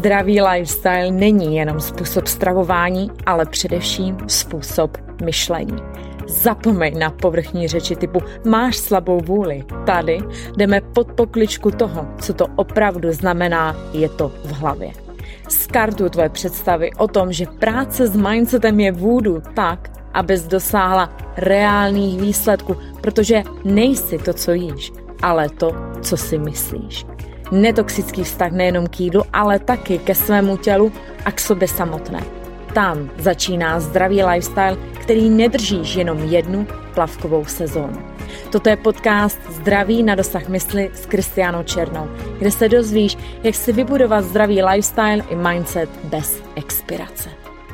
Zdravý lifestyle není jenom způsob stravování, ale především způsob myšlení. Zapomeň na povrchní řeči typu máš slabou vůli. Tady jdeme pod pokličku toho, co to opravdu znamená, je to v hlavě. Skartuj tvoje představy o tom, že práce s mindsetem je vůdu tak, abys dosáhla reálných výsledků, protože nejsi to, co jíš, ale to, co si myslíš. Netoxický vztah nejenom k jídlu, ale taky ke svému tělu a k sobě samotné. Tam začíná zdravý lifestyle, který nedržíš jenom jednu plavkovou sezónu. Toto je podcast Zdraví na dosah mysli s Kristiánou Černou, kde se dozvíš, jak si vybudovat zdravý lifestyle i mindset bez expirace.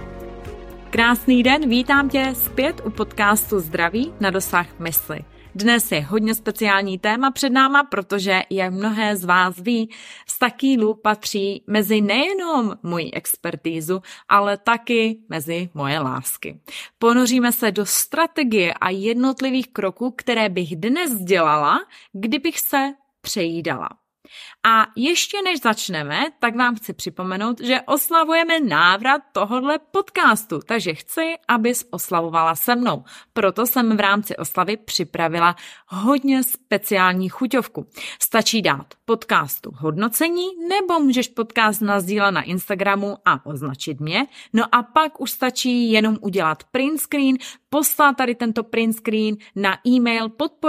Krásný den, vítám tě zpět u podcastu Zdraví na dosah mysli. Dnes je hodně speciální téma před náma, protože, jak mnohé z vás ví, vztah k jídlu patří mezi nejenom moji expertízu, ale taky mezi moje lásky. Ponoříme se do strategie a jednotlivých kroků, které bych dnes dělala, kdybych se přejídala. A ještě než začneme, tak vám chci připomenout, že oslavujeme návrat tohohle podcastu, takže chci, abys oslavovala se mnou. Proto jsem v rámci oslavy připravila hodně speciální chuťovku. Stačí dát podcastu hodnocení, nebo můžeš podcast nasdílet na Instagramu a označit mě. No a pak už stačí jenom udělat print screen, poslat tady tento print screen na e-mail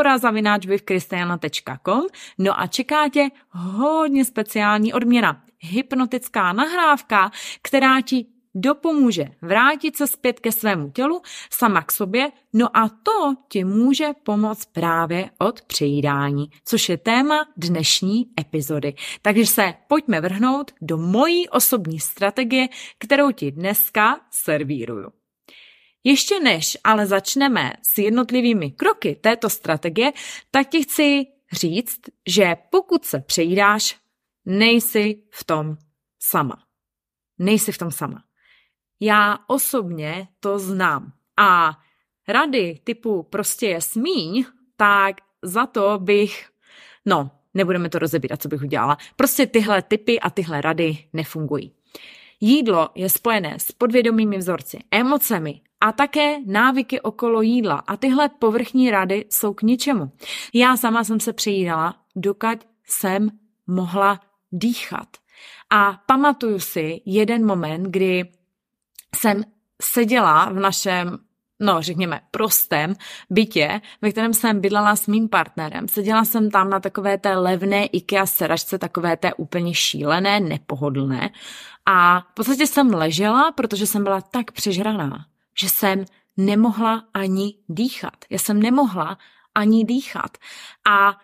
podpora@vivkristiana.com. No a čeká tě hodně speciální odměna. Hypnotická nahrávka, která ti dopomůže vrátit se zpět ke svému tělu, sama k sobě, no a to ti může pomoct právě od přejídání, což je téma dnešní epizody. Takže se pojďme vrhnout do mojí osobní strategie, kterou ti dneska servíruju. Ještě než ale začneme s jednotlivými kroky této strategie, tak ti chci říct, že pokud se přejídáš, nejsi v tom sama. Nejsi v tom sama. Já osobně to znám. A rady typu prostě je smíň, tak za to bych, nebudeme to rozebírat, co bych udělala. Prostě tyhle typy a tyhle rady nefungují. Jídlo je spojené s podvědomými vzorci, emocemi a také návyky okolo jídla a tyhle povrchní rady jsou k ničemu. Já sama jsem se přejídala, dokud jsem mohla dýchat. A pamatuju si jeden moment, kdy jsem seděla v našem, řekněme, prostém bytě, ve kterém jsem bydlela s mým partnerem. Seděla jsem tam na takové té levné IKEA sedačce, takové té úplně šílené, nepohodlné. A v podstatě jsem ležela, protože jsem byla tak přežraná, že jsem nemohla ani dýchat. Já jsem nemohla ani dýchat. A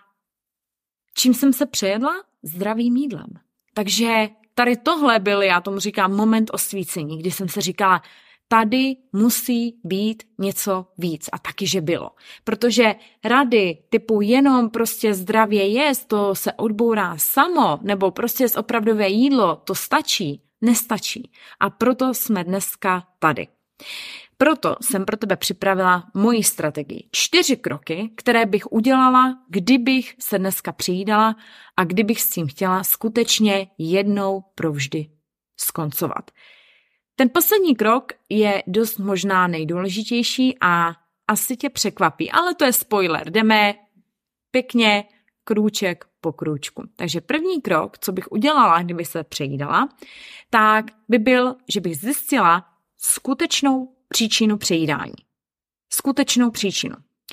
čím jsem se přejedla? Zdravým jídlem. Takže tady tohle byl, já tomu říkám, moment osvícení, kdy jsem se říkala, tady musí být něco víc a taky, že bylo. Protože rady typu jenom prostě zdravě jíst, to se odbourá samo, nebo prostě z opravdové jídlo, to stačí, nestačí. A proto jsme dneska tady. Proto jsem pro tebe připravila moji strategii. 4 kroky, které bych udělala, kdybych se dneska přijídala a kdybych s tím chtěla skutečně jednou provždy skoncovat. Ten poslední krok je dost možná nejdůležitější a asi tě překvapí, ale to je spoiler. Jdeme pěkně krůček po krůčku. Takže první krok, co bych udělala, kdybych se přejídala, tak by byl, že bych zjistila skutečnou příčinu přejídání. Skutečnou příčinu.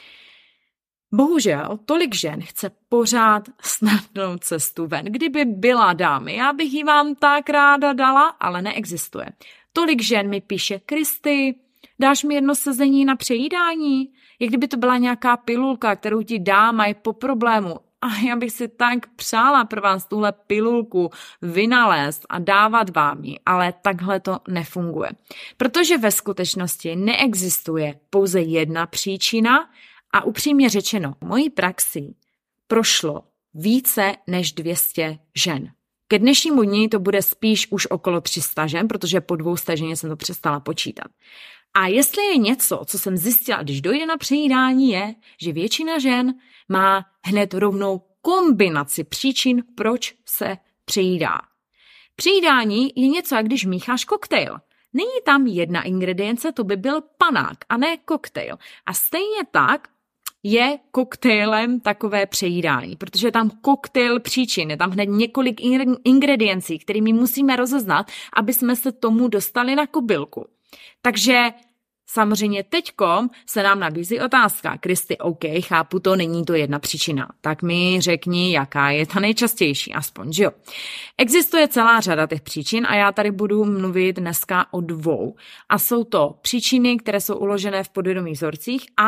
Bohužel, tolik žen chce pořád snadnou cestu ven. Kdyby byla dámy, já bych ji vám tak ráda dala, ale neexistuje. Tolik žen mi píše, Kristy, dáš mi jedno sezení na přejídání? Jak kdyby to byla nějaká pilulka, kterou ti dám a je po problému. A já bych si tak přála pro vás tuhle pilulku vynalézt a dávat vám ji, ale takhle to nefunguje. Protože ve skutečnosti neexistuje pouze jedna příčina a upřímně řečeno, mojí praxi prošlo více než 200 žen. Ke dnešnímu dni to bude spíš už okolo 300 žen, protože po 200 ženě jsem to přestala počítat. A jestli je něco, co jsem zjistila, když dojde na přejídání, je, že většina žen má hned rovnou kombinaci příčin, proč se přejídá. Přejídání je něco, jak když mícháš koktejl. Není tam jedna ingredience, to by byl panák a ne koktejl. A stejně tak je koktejlem takové přejídání, protože je tam koktejl příčin, je tam hned několik ingrediencí, kterými musíme rozeznat, aby jsme se tomu dostali na kobylku. Takže samozřejmě teďkom se nám nabízí otázka. Kristi, OK, chápu to, není to jedna příčina. Tak mi řekni, jaká je ta nejčastější, aspoň, že jo. Existuje celá řada těch příčin a já tady budu mluvit dneska o 2. A jsou to příčiny, které jsou uložené v podvědomých vzorcích a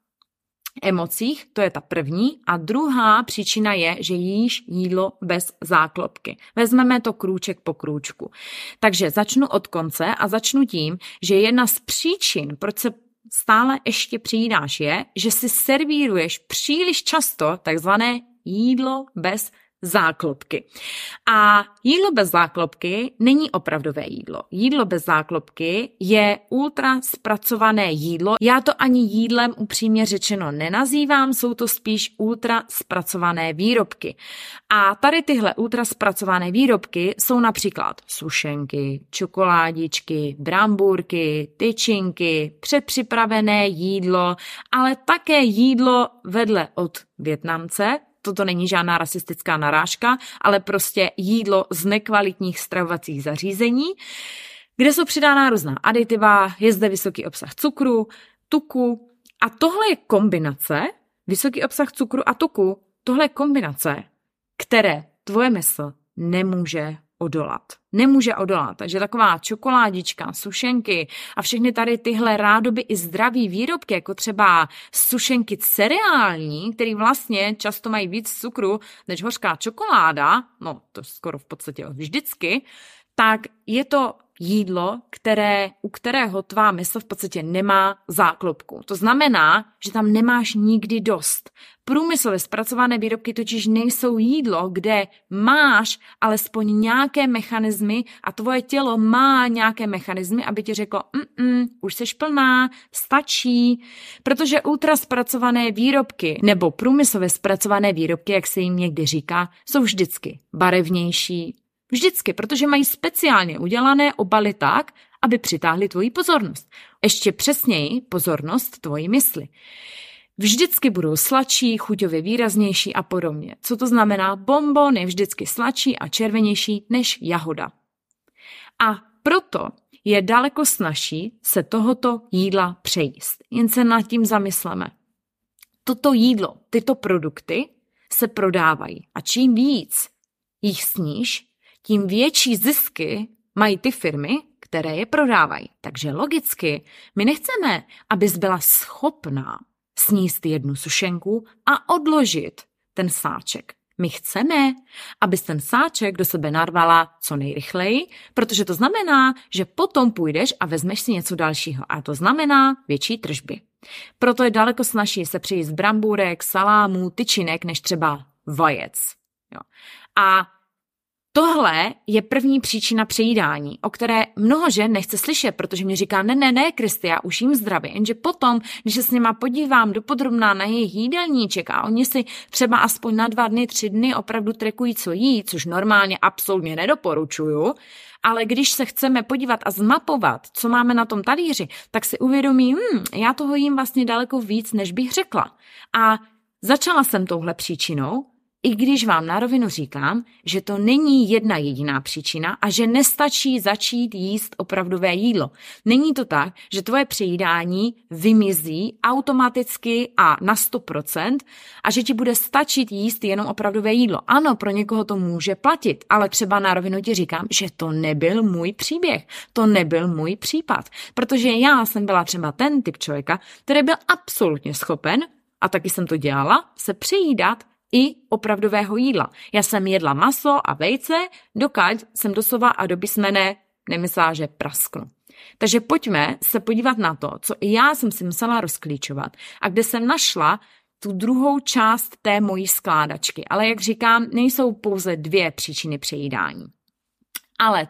emocích, to je ta první, a druhá příčina je, že jíš jídlo bez záklopky. Vezmeme to krůček po krůčku. Takže začnu od konce a začnu tím, že jedna z příčin, proč se stále ještě přijídáš, je, že si servíruješ příliš často takzvané jídlo bez záklopky. A jídlo bez záklopky není opravdové jídlo. Jídlo bez záklopky je ultra zpracované jídlo. Já to ani jídlem upřímně řečeno nenazývám, jsou to spíš ultra zpracované výrobky. A tady tyhle ultra zpracované výrobky jsou například sušenky, čokoládičky, brambůrky, tyčinky, předpřipravené jídlo, ale také jídlo vedle od Vietnamce. Toto není žádná rasistická narážka, ale prostě jídlo z nekvalitních stravovacích zařízení, kde jsou přidána různá aditiva, je zde vysoký obsah cukru, tuku a tohle je kombinace, vysoký obsah cukru a tuku, tohle je kombinace, které tvoje mysl nemůže odolat. Nemůže odolat. Takže taková čokoládička, sušenky a všechny tady tyhle rádoby i zdraví výrobky, jako třeba sušenky cereální, které vlastně často mají víc cukru než hořká čokoláda, no to skoro v podstatě vždycky, tak je to jídlo, u kterého tvá mysl v podstatě nemá záklopku. To znamená, že tam nemáš nikdy dost. Průmyslově zpracované výrobky totiž nejsou jídlo, kde máš alespoň nějaké mechanismy a tvoje tělo má nějaké mechanismy, aby ti řeklo, už seš plná, stačí, protože ultra zpracované výrobky nebo průmyslově zpracované výrobky, jak se jim někdy říká, jsou vždycky barevnější. Vždycky, protože mají speciálně udělané obaly tak, aby přitáhli tvoji pozornost. Ještě přesněji pozornost tvojí mysli. Vždycky budou sladší, chuťově výraznější a podobně. Co to znamená? Bonbon je vždycky sladší a červenější než jahoda. A proto je daleko snazší se tohoto jídla přejíst. Jen se nad tím zamysleme. Toto jídlo, tyto produkty se prodávají a čím víc jich sníš, tím větší zisky mají ty firmy, které je prodávají. Takže logicky, my nechceme, abys byla schopná sníst jednu sušenku a odložit ten sáček. My chceme, abys ten sáček do sebe narvala co nejrychleji, protože to znamená, že potom půjdeš a vezmeš si něco dalšího. A to znamená větší tržby. Proto je daleko snazší se přejít z brambůrek, salámů, tyčinek, než třeba vajec. Jo. A tohle je první příčina přejídání, o které mnoho žen nechce slyšet, protože mě říká, ne, Kristi, já už jím zdravě. Jenže potom, když se s nima podívám dopodrobná na jejich jídelníček a oni si třeba aspoň na 2 dny, 3 dny opravdu trekují, co jí, což normálně absolutně nedoporučuju, ale když se chceme podívat a zmapovat, co máme na tom talíři, tak si uvědomí, já toho jím vlastně daleko víc, než bych řekla. A začala jsem touhle příčinou, i když vám na rovinu říkám, že to není jedna jediná příčina a že nestačí začít jíst opravdové jídlo. Není to tak, že tvoje přejídání vymizí automaticky a na 100% a že ti bude stačit jíst jenom opravdové jídlo. Ano, pro někoho to může platit, ale třeba na rovinu ti říkám, že to nebyl můj příběh, to nebyl můj případ, protože já jsem byla třeba ten typ člověka, který byl absolutně schopen, a taky jsem to dělala, se přejídat i opravdového jídla. Já jsem jedla maso a vejce, dokud jsem doslova a do písmene nemyslela, že prasknu. Takže pojďme se podívat na to, co i já jsem si musela rozklíčovat a kde jsem našla tu druhou část té mojí skládačky. Ale jak říkám, nejsou pouze 2 příčiny přejídání. Ale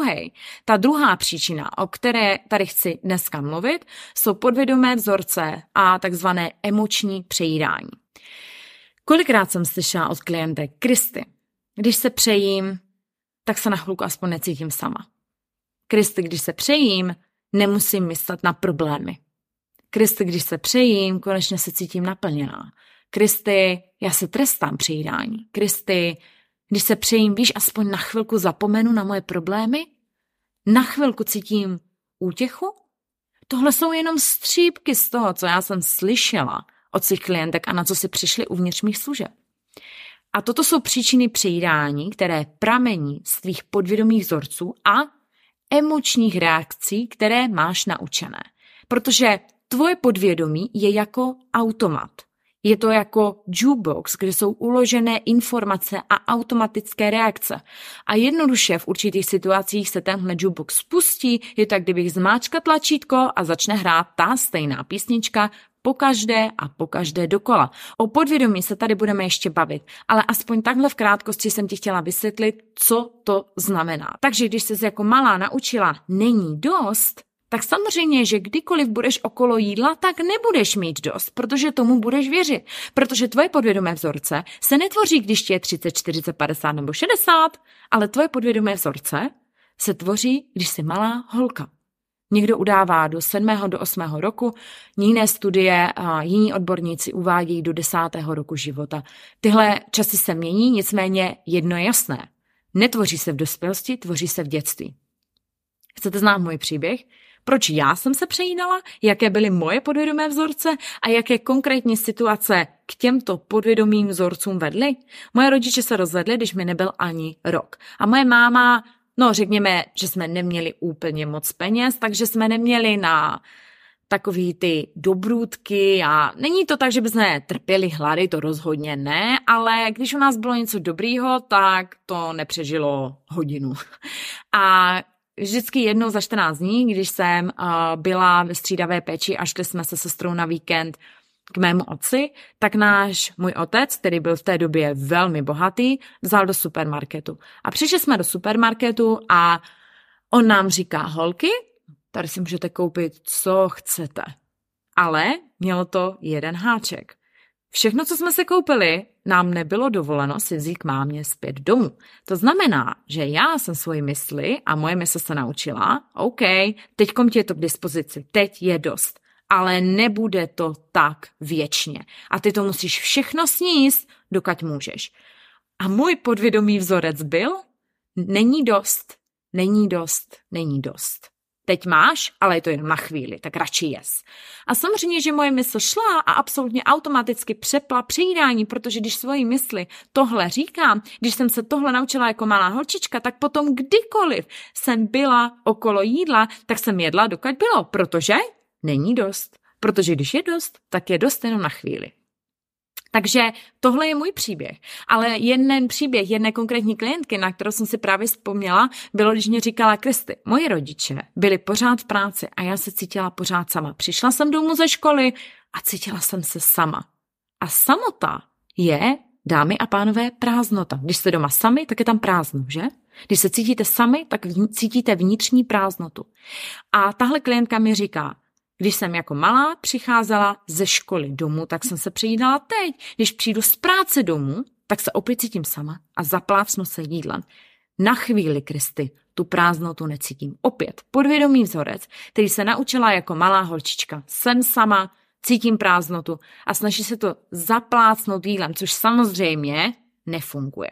ta druhá příčina, o které tady chci dneska mluvit, jsou podvědomé vzorce a takzvané emoční přejídání. Kolikrát jsem slyšela od klientek, Kristi, když se přejím, tak se na chvilku aspoň necítím sama. Kriste, když se přejím, nemusím myslet na problémy. Kriste, když se přejím, konečně se cítím naplněná. Kriste, já se trestám při jídání. Kriste, když se přejím, víš, aspoň na chvilku zapomenu na moje problémy? Na chvilku cítím útěchu? Tohle jsou jenom střípky z toho, co já jsem slyšela od svých klientek a na co si přišli uvnitř mých služeb. A toto jsou příčiny přejídání, které pramení z tvých podvědomých vzorců a emočních reakcí, které máš naučené. Protože tvoje podvědomí je jako automat. Je to jako jukebox, kde jsou uložené informace a automatické reakce. A jednoduše v určitých situacích se tenhle jukebox spustí, je tak, kdybych zmáčkla tlačítko a začne hrát ta stejná písnička pokaždé dokola. O podvědomí se tady budeme ještě bavit, ale aspoň takhle v krátkosti jsem ti chtěla vysvětlit, co to znamená. Takže když ses jako malá naučila není dost, tak samozřejmě, že kdykoliv budeš okolo jídla, tak nebudeš mít dost, protože tomu budeš věřit. Protože tvoje podvědomé vzorce se netvoří, když ti je 30, 40, 50 nebo 60, ale tvoje podvědomé vzorce se tvoří, když jsi malá holka. Někdo udává do 7. do 8. roku, jiné studie a jiní odborníci uvádějí do 10. roku života. Tyhle časy se mění, nicméně jedno je jasné. Netvoří se v dospělosti, tvoří se v dětství. Chcete znát můj příběh? Proč já jsem se přejídala, jaké byly moje podvědomé vzorce a jaké konkrétní situace k těmto podvědomým vzorcům vedly? Moje rodiče se rozvedli, když mi nebyl ani rok. A moje máma, řekněme, že jsme neměli úplně moc peněz, takže jsme neměli na takový ty dobrůdky a není to tak, že bychom trpěli hlady, to rozhodně ne, ale když u nás bylo něco dobrýho, tak to nepřežilo hodinu. A vždycky jednou za 14 dní, když jsem byla ve střídavé péči a šli jsme se sestrou na víkend k mému otci, tak můj otec, který byl v té době velmi bohatý, vzal do supermarketu. A přišli jsme do supermarketu a on nám říká, holky, tady si můžete koupit, co chcete. Ale mělo to jeden háček. Všechno, co jsme si koupili, nám nebylo dovoleno si vzít k mámě zpět domů. To znamená, že já jsem svoji mysli a moje mysl se naučila, OK, teďkom ti je to k dispozici, teď je dost, ale nebude to tak věčně. A ty to musíš všechno sníst, dokud můžeš. A můj podvědomý vzorec byl, není dost, není dost, není dost. Teď máš, ale je to jen na chvíli, tak radši jes. A samozřejmě, že moje mysl šla a absolutně automaticky přepla přejídání, protože když svoji mysli tohle říkám, když jsem se tohle naučila jako malá holčička, tak potom kdykoliv jsem byla okolo jídla, tak jsem jedla, dokud bylo, protože není dost. Protože když je dost, tak je dost jenom na chvíli. Takže tohle je můj příběh. Ale jeden příběh jedné konkrétní klientky, na kterou jsem si právě vzpomněla, bylo, když mě říkala, Kristy, moji rodiče byli pořád v práci a já se cítila pořád sama. Přišla jsem domů ze školy a cítila jsem se sama. A samota je, dámy a pánové, prázdnota. Když jste doma sami, tak je tam prázdno, že? Když se cítíte sami, tak cítíte vnitřní prázdnotu. A tahle klientka mi říká, když jsem jako malá přicházela ze školy domů, tak jsem se přejídala teď. Když přijdu z práce domů, tak se opět cítím sama a zaplácnu se jídlem. Na chvíli, Kristy, tu prázdnotu necítím. Opět podvědomý vzorec, který se naučila jako malá holčička. Jsem sama, cítím prázdnotu a snaží se to zaplácnout jídlem, což samozřejmě nefunguje.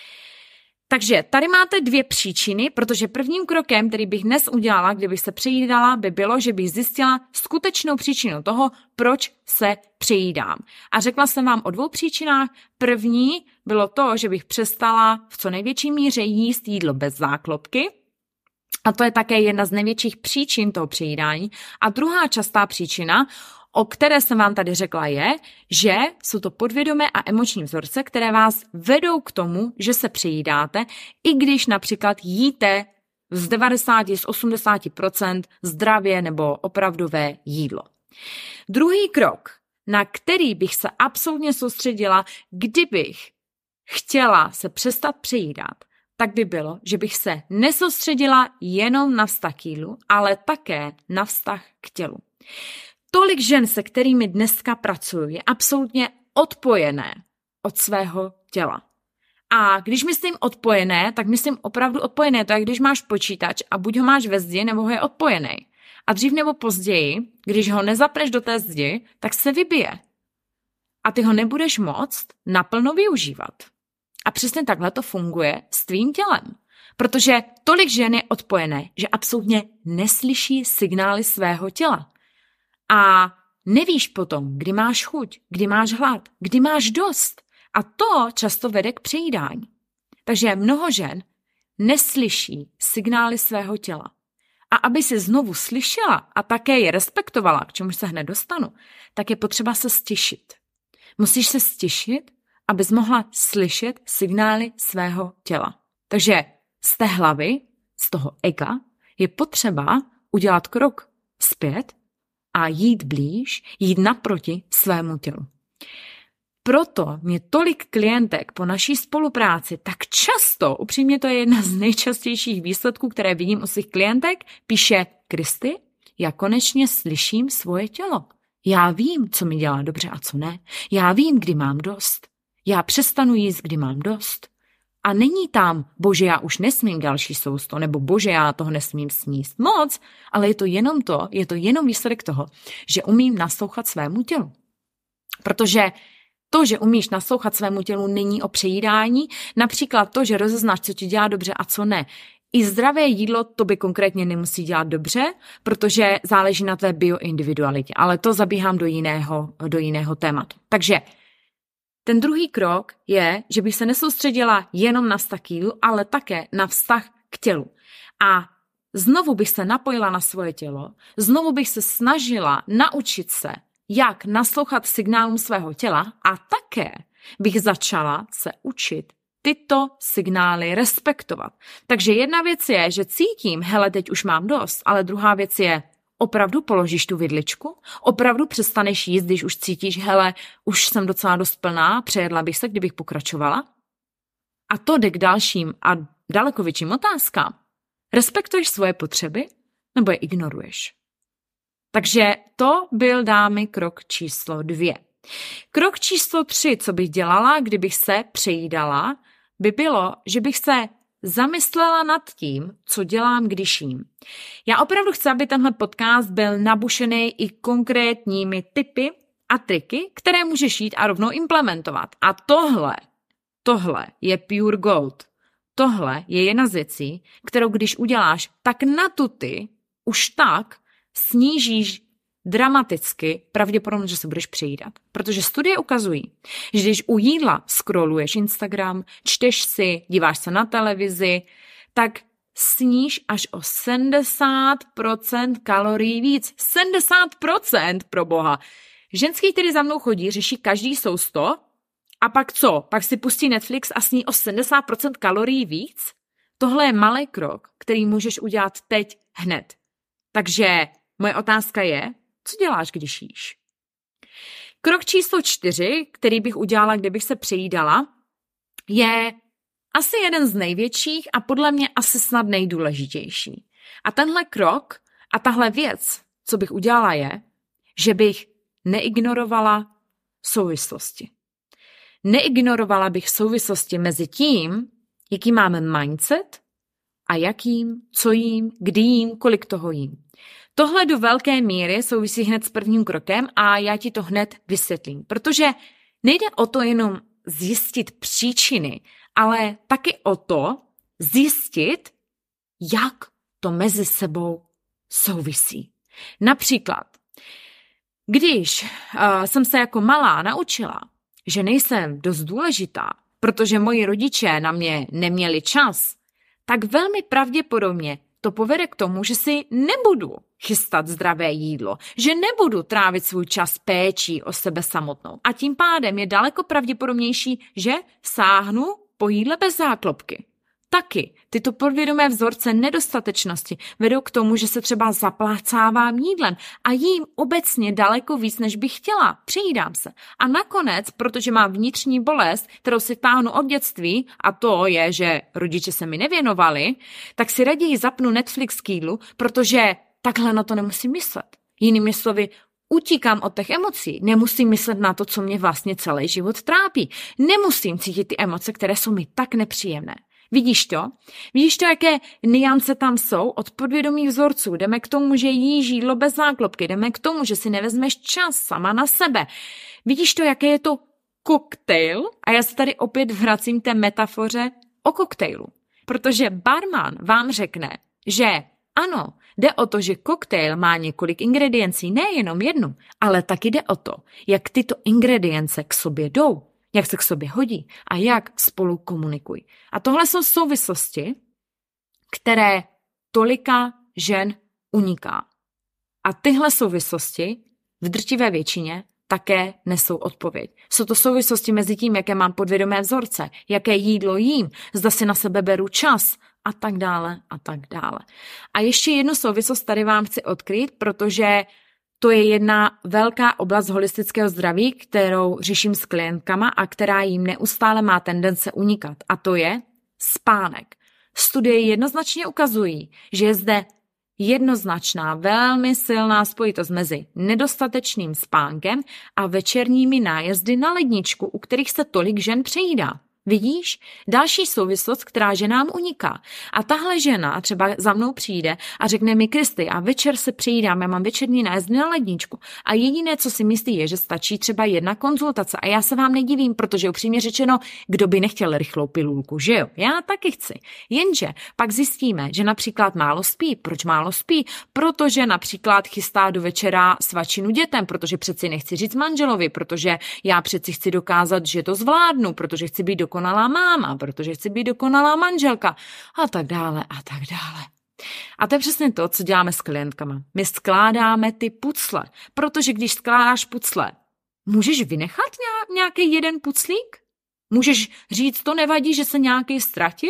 Takže tady máte 2 příčiny, protože prvním krokem, který bych dnes udělala, kdybych se přejídala, by bylo, že bych zjistila skutečnou příčinu toho, proč se přejídám. A řekla jsem vám o 2 příčinách. První bylo to, že bych přestala v co největší míře jíst jídlo bez záklopky. A to je také jedna z největších příčin toho přejídání. A druhá častá příčina, o které jsem vám tady řekla, je, že jsou to podvědomé a emoční vzorce, které vás vedou k tomu, že se přejídáte, i když například jíte z 90, z 80% zdravě nebo opravdové jídlo. Druhý krok, na který bych se absolutně soustředila, kdybych chtěla se přestat přejídat, tak by bylo, že bych se nesoustředila jenom na vztah k jídlu, ale také na vztah k tělu. Tolik žen, se kterými dneska pracuji, je absolutně odpojené od svého těla. A když myslím odpojené, tak myslím opravdu odpojené. To je, když máš počítač a buď ho máš ve zdi, nebo ho je odpojený. A dřív nebo později, když ho nezapneš do té zdi, tak se vybije. A ty ho nebudeš moct naplno využívat. A přesně takhle to funguje s tvým tělem. Protože tolik žen je odpojené, že absolutně neslyší signály svého těla. A nevíš potom, kdy máš chuť, kdy máš hlad, kdy máš dost. A to často vede k přejídání. Takže mnoho žen neslyší signály svého těla. A aby si znovu slyšela a také je respektovala, k čemu se hned dostanu, tak je potřeba se stišit. Musíš se stišit, abys mohla slyšet signály svého těla. Takže z té hlavy, z toho ega, je potřeba udělat krok zpět a jít blíž, jít naproti svému tělu. Proto mě tolik klientek po naší spolupráci tak často, upřímně to je jedna z nejčastějších výsledků, které vidím u svých klientek, píše: Kristy, já konečně slyším svoje tělo. Já vím, co mi dělá dobře a co ne. Já vím, kdy mám dost. Já přestanu jíst, kdy mám dost. A není tam, bože, já už nesmím další sousto, nebo bože, já toho nesmím sníst moc, ale je to jenom výsledek toho, že umím naslouchat svému tělu. Protože to, že umíš naslouchat svému tělu, není o přejídání, například to, že rozeznáš, co ti dělá dobře a co ne. I zdravé jídlo to by konkrétně nemusí dělat dobře, protože záleží na tvé bioindividualitě, ale to zabíhám do jiného tématu. Takže ten druhý krok je, že bych se nesoustředila jenom na vztah k jídlu, ale také na vztah k tělu. A znovu bych se napojila na svoje tělo, znovu bych se snažila naučit se, jak naslouchat signálům svého těla a také bych začala se učit tyto signály respektovat. Takže jedna věc je, že cítím, hele, teď už mám dost, ale druhá věc je, opravdu položíš tu vidličku? Opravdu přestaneš jíst, když už cítíš, hele, už jsem docela dost plná, přejedla bych se, kdybych pokračovala? A to jde k dalším a daleko větším otázkám. Respektuješ svoje potřeby nebo je ignoruješ? Takže to byl, dámy, krok číslo 2. Krok číslo 3, co bych dělala, kdybych se přejídala, by bylo, že bych se zamyslela nad tím, co dělám, když jím. Já opravdu chci, aby tenhle podcast byl nabušený i konkrétními tipy a triky, které můžeš jít a rovnou implementovat. A tohle je pure gold. Tohle je jedna z věcí, kterou když uděláš, tak na tuty už tak snížíš dramaticky pravděpodobnost, že se budeš přejídat. Protože studie ukazují, že když u jídla scrolluješ Instagram, čteš si, díváš se na televizi, tak sníš až o 70% kalorií víc. 70%, pro boha. Ženský, který za mnou chodí, řeší každý sousto a pak co? Pak si pustí Netflix a sní o 70% kalorií víc? Tohle je malý krok, který můžeš udělat teď hned. Takže moje otázka je, co děláš, když jíš? Krok číslo 4, který bych udělala, kdybych se přejídala, je asi jeden z největších a podle mě asi snad nejdůležitější. A tenhle krok a tahle věc, co bych udělala, je, že bych neignorovala souvislosti. Neignorovala bych souvislosti mezi tím, jaký máme mindset a jakým, co jím, kdy jím, kolik toho jím. Tohle do velké míry souvisí hned s prvním krokem a já ti to hned vysvětlím, protože nejde o to jenom zjistit příčiny, ale taky o to zjistit, jak to mezi sebou souvisí. Například, když jsem se jako malá naučila, že nejsem dost důležitá, protože moji rodiče na mě neměli čas, tak velmi pravděpodobně to povede k tomu, že si nebudu chystat zdravé jídlo, že nebudu trávit svůj čas péčí o sebe samotnou. A tím pádem je daleko pravděpodobnější, že sáhnu po jídle bez záklopky. Taky tyto podvědomé vzorce nedostatečnosti vedou k tomu, že se třeba zaplácávám jídlem a jím obecně daleko víc, než bych chtěla. Přejídám se. A nakonec, protože mám vnitřní bolest, kterou si táhnu od dětství, a to je, že rodiče se mi nevěnovali, tak si raději zapnu Netflix k jídlu, protože takhle na to nemusím myslet. Jinými slovy, utíkám od těch emocí, nemusím myslet na to, co mě vlastně celý život trápí. Nemusím cítit ty emoce, které jsou mi tak nepříjemné. Vidíš to? Vidíš to, jaké niance tam jsou od podvědomých vzorců? Jdeme k tomu, že jíš jídlo bez záklopky, jdeme k tomu, že si nevezmeš čas sama na sebe. Vidíš to, jaké je to koktejl? A já se tady opět vracím té metafoře o koktejlu. Protože barman vám řekne, že ano, jde o to, že koktejl má několik ingrediencí, nejenom jednu, ale taky jde o to, jak tyto ingredience k sobě jdou, jak se k sobě hodí a jak spolu komunikují. A tohle jsou souvislosti, které tolika žen uniká. A tyhle souvislosti v drtivé většině také nesou odpověď. Jsou to souvislosti mezi tím, jaké mám podvědomé vzorce, jaké jídlo jím, zda si na sebe beru čas a tak dále a tak dále. A ještě jednu souvislost tady vám chci odkryt, protože to je jedna velká oblast holistického zdraví, kterou řeším s klientkama a která jim neustále má tendence unikat. A to je spánek. Studie jednoznačně ukazují, že je zde jednoznačná, velmi silná spojitost mezi nedostatečným spánkem a večerními nájezdy na ledničku, u kterých se tolik žen přejídá. Vidíš? Další souvislost, která ženám uniká. A tahle žena třeba za mnou přijde a řekne mi: Kristy, a večer se přejídám, já mám večerní nájezdy na ledničku. A jediné, co si myslí, je, že stačí třeba jedna konzultace. A já se vám nedivím, protože upřímně řečeno, kdo by nechtěl rychlou pilulku, že jo? Já taky chci. Jenže pak zjistíme, že například málo spí. Proč málo spí? Protože například chystá do večera svačinu dětem, protože přeci nechci říct manželovi, protože já přeci chci dokázat, že to zvládnu, protože chci být dokonalá máma, protože chci být dokonalá manželka a tak dále a tak dále. A to je přesně to, co děláme s klientkama. My skládáme ty pucle, protože když skládáš pucle, můžeš vynechat nějaký jeden puclík? Můžeš říct, to nevadí, že se nějaký ztratil?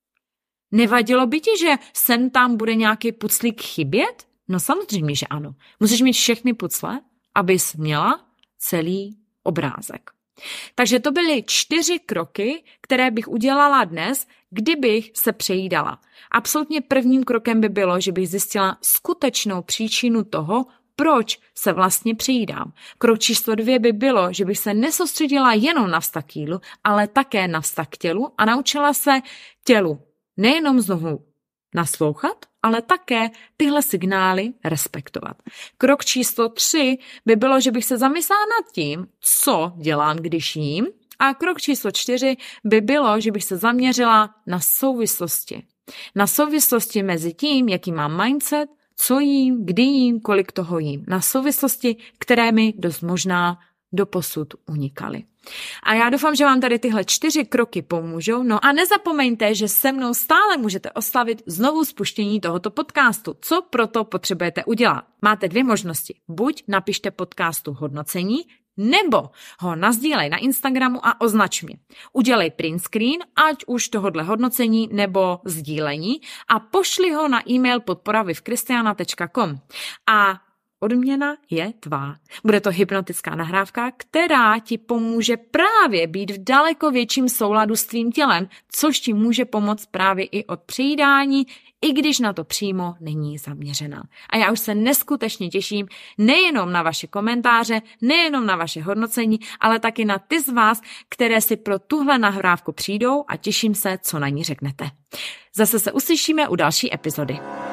Nevadilo by ti, že sem tam bude nějaký puclík chybět? No samozřejmě, že ano. Musíš mít všechny pucle, abys měla celý obrázek. Takže to byly 4 kroky, které bych udělala dnes, kdybych se přejídala. Absolutně prvním krokem by bylo, že bych zjistila skutečnou příčinu toho, proč se vlastně přejídám. Krok číslo 2 by bylo, že bych se nesoustředila jenom na vztah k jídlu, ale také na vztah k tělu a naučila se tělu nejenom znovu naslouchat, ale také tyhle signály respektovat. Krok číslo 3 by bylo, že bych se zamyslela nad tím, co dělám, když jím. A krok číslo 4 by bylo, že bych se zaměřila na souvislosti. Na souvislosti mezi tím, jaký mám mindset, co jím, kdy jím, kolik toho jím. Na souvislosti, které mi dost možná doposud unikaly. A já doufám, že vám tady tyhle 4 kroky pomůžou. No a nezapomeňte, že se mnou stále můžete oslavit znovu spuštění tohoto podcastu. Co proto potřebujete udělat? Máte 2 možnosti. Buď napište podcastu hodnocení, nebo ho nasdílej na Instagramu a označ mě. Udělej print screen, ať už tohodle hodnocení nebo sdílení a pošli ho na e-mail podpora@kristiana.com. A odměna je tvá. Bude to hypnotická nahrávka, která ti pomůže právě být v daleko větším souladu s tvým tělem, což ti může pomoct právě i od přejídání, i když na to přímo není zaměřená. A já už se neskutečně těším nejenom na vaše komentáře, nejenom na vaše hodnocení, ale taky na ty z vás, které si pro tuhle nahrávku přijdou a těším se, co na ní řeknete. Zase se uslyšíme u další epizody.